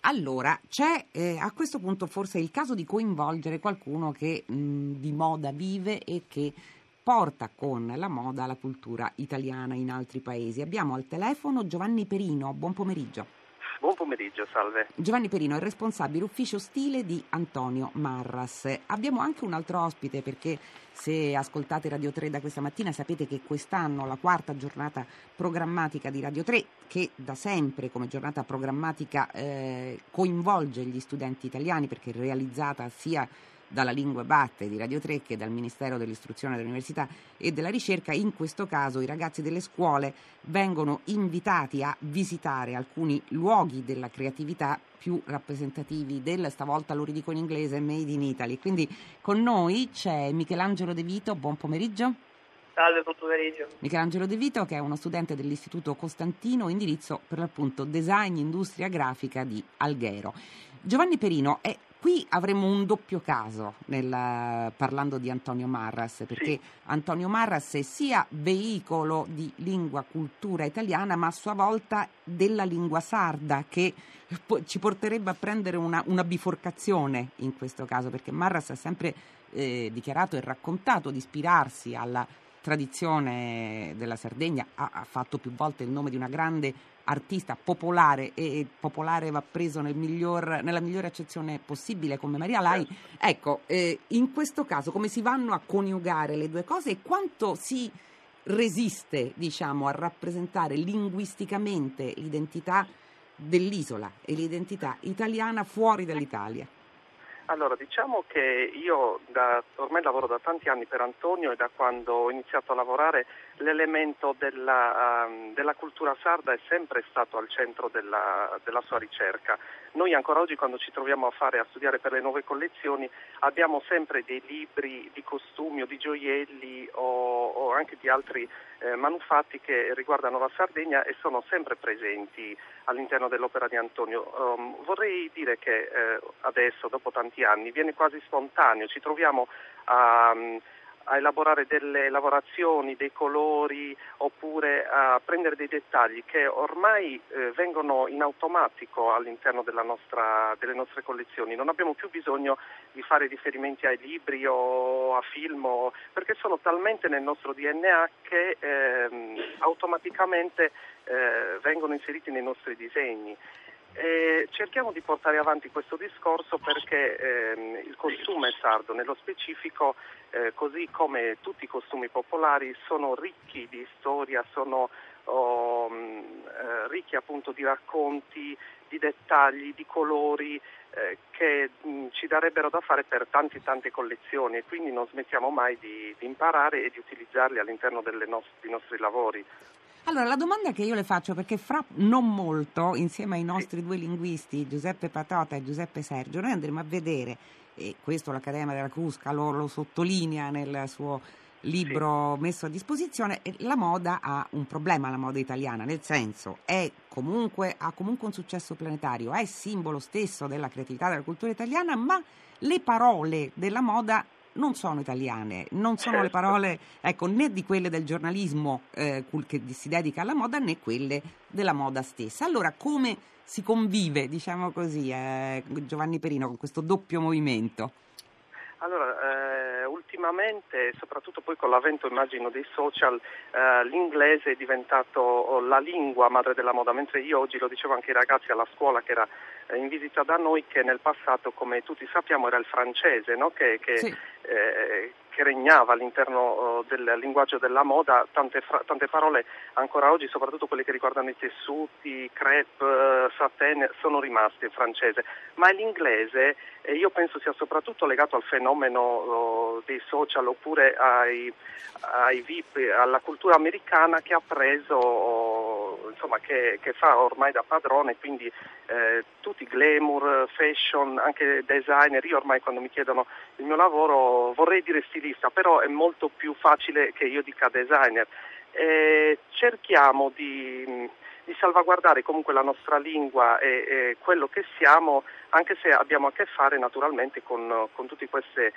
Allora, c'è a questo punto forse il caso di coinvolgere qualcuno che di moda vive e che porta con la moda la cultura italiana in altri paesi. Abbiamo al telefono Giovanni Perino, buon pomeriggio. Buon pomeriggio, salve. Giovanni Perino è responsabile ufficio stile di Antonio Marras. Abbiamo anche un altro ospite perché se ascoltate Radio 3 da questa mattina sapete che quest'anno la quarta giornata programmatica di Radio 3, che da sempre come giornata programmatica coinvolge gli studenti italiani perché è realizzata sia dalla Lingua Batte di Radio 3 che dal Ministero dell'Istruzione, dell'Università e della Ricerca. In questo caso i ragazzi delle scuole vengono invitati a visitare alcuni luoghi della creatività più rappresentativi stavolta lo ridico in inglese, Made in Italy. Quindi con noi c'è Michelangelo De Vito, buon pomeriggio. Salve, buon pomeriggio. Michelangelo De Vito, che è uno studente dell'Istituto Costantino, indirizzo per l'appunto Design Industria Grafica di Alghero. Giovanni Perino, qui avremo un doppio caso parlando di Antonio Marras, perché Sì. Antonio Marras è sia veicolo di lingua cultura italiana, ma a sua volta della lingua sarda, che ci porterebbe a prendere una biforcazione in questo caso, perché Marras ha sempre dichiarato e raccontato di ispirarsi alla tradizione della Sardegna, ha fatto più volte il nome di una grande artista popolare, e popolare va preso nella migliore accezione possibile, come Maria Lai. Ecco, in questo caso come si vanno a coniugare le due cose e quanto si resiste, diciamo, a rappresentare linguisticamente l'identità dell'isola e l'identità italiana fuori dall'Italia? Allora, diciamo che io ormai lavoro da tanti anni per Antonio e da quando ho iniziato a lavorare l'elemento della cultura sarda è sempre stato al centro della sua ricerca. Noi ancora oggi, quando ci troviamo a studiare per le nuove collezioni, abbiamo sempre dei libri di costumi o di gioielli o anche di altri manufatti che riguardano la Sardegna e sono sempre presenti all'interno dell'opera di Antonio. Vorrei dire che adesso, dopo tanti anni, viene quasi spontaneo, ci troviamo a elaborare delle lavorazioni, dei colori, oppure a prendere dei dettagli che ormai vengono in automatico all'interno delle nostre collezioni. Non abbiamo più bisogno di fare riferimenti ai libri o a film, perché sono talmente nel nostro DNA che automaticamente vengono inseriti nei nostri disegni. Cerchiamo di portare avanti questo discorso perché il costume sardo, nello specifico, così come tutti i costumi popolari, sono ricchi di storia, sono ricchi appunto di racconti, di dettagli, di colori che ci darebbero da fare per tante collezioni, e quindi non smettiamo mai di imparare e di utilizzarli all'interno dei nostri lavori. Allora, la domanda che io le faccio, perché fra non molto, insieme ai nostri due linguisti, Giuseppe Patota e Giuseppe Sergio, noi andremo a vedere, e questo l'Accademia della Crusca lo sottolinea nel suo libro messo a disposizione, la moda ha un problema, la moda italiana, nel senso ha comunque un successo planetario, è simbolo stesso della creatività della cultura italiana, ma le parole della moda non sono italiane, non sono le parole, né di quelle del giornalismo che si dedica alla moda, né quelle della moda stessa. Allora, come si convive, diciamo così, Giovanni Perino, con questo doppio movimento? Allora, ultimamente, soprattutto poi con l'avvento, immagino, dei social, l'inglese è diventato la lingua madre della moda, mentre io oggi, lo dicevo anche ai ragazzi alla scuola che era in visita da noi, che nel passato, come tutti sappiamo, era il francese, no? Che regnava all'interno del linguaggio della moda. Tante parole ancora oggi, soprattutto quelle che riguardano i tessuti, crêpe, satin, sono rimaste in francese, ma l'inglese io penso sia soprattutto legato al fenomeno dei social, oppure ai VIP, alla cultura americana che ha preso, insomma, che fa ormai da padrone, quindi tutti glamour, fashion, anche designer. Io ormai, quando mi chiedono il mio lavoro, vorrei dire stilista, però è molto più facile che io dica designer. Cerchiamo di salvaguardare comunque la nostra lingua e quello che siamo, anche se abbiamo a che fare naturalmente con tutti questi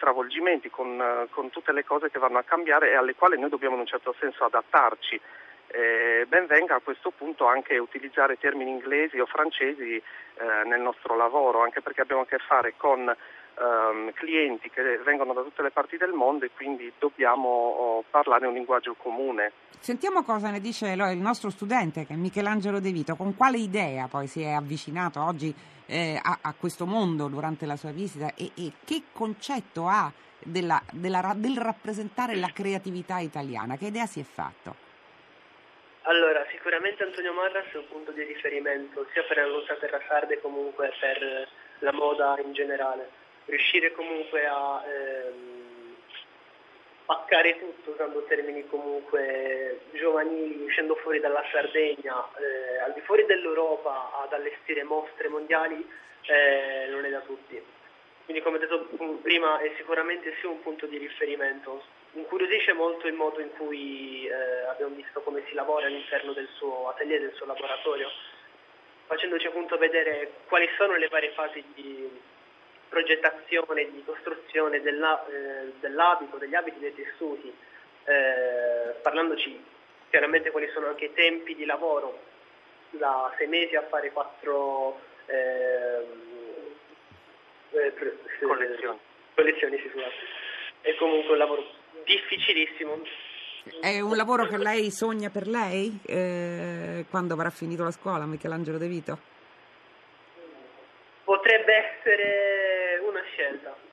stravolgimenti, con tutte le cose che vanno a cambiare e alle quali noi dobbiamo in un certo senso adattarci. ben venga a questo punto anche utilizzare termini inglesi o francesi nel nostro lavoro, anche perché abbiamo a che fare con clienti che vengono da tutte le parti del mondo e quindi dobbiamo parlare un linguaggio comune. Sentiamo cosa ne dice il nostro studente, che è Michelangelo De Vito. Con quale idea poi si è avvicinato oggi a questo mondo durante la sua visita e che concetto ha del rappresentare la creatività italiana? Che idea si è fatto? Allora, sicuramente Antonio Marras è un punto di riferimento sia per la nostra terra sarda che comunque per la moda in generale. Riuscire comunque a spaccare tutto usando termini comunque giovanili, uscendo fuori dalla Sardegna, al di fuori dell'Europa, ad allestire mostre mondiali, non è da tutti. Quindi, come detto prima, è sicuramente sì un punto di riferimento. Incuriosisce molto il modo in cui abbiamo visto come si lavora all'interno del suo atelier, del suo laboratorio, facendoci appunto vedere quali sono le varie fasi di progettazione, di costruzione dell'abito, degli abiti, dei tessuti, parlandoci chiaramente quali sono anche i tempi di lavoro, da 6 mesi a fare 4 collezioni, sì, scusate. È comunque un lavoro difficilissimo. È un lavoro che lei sogna per lei quando avrà finito la scuola, Michelangelo De Vito? Potrebbe essere una scelta,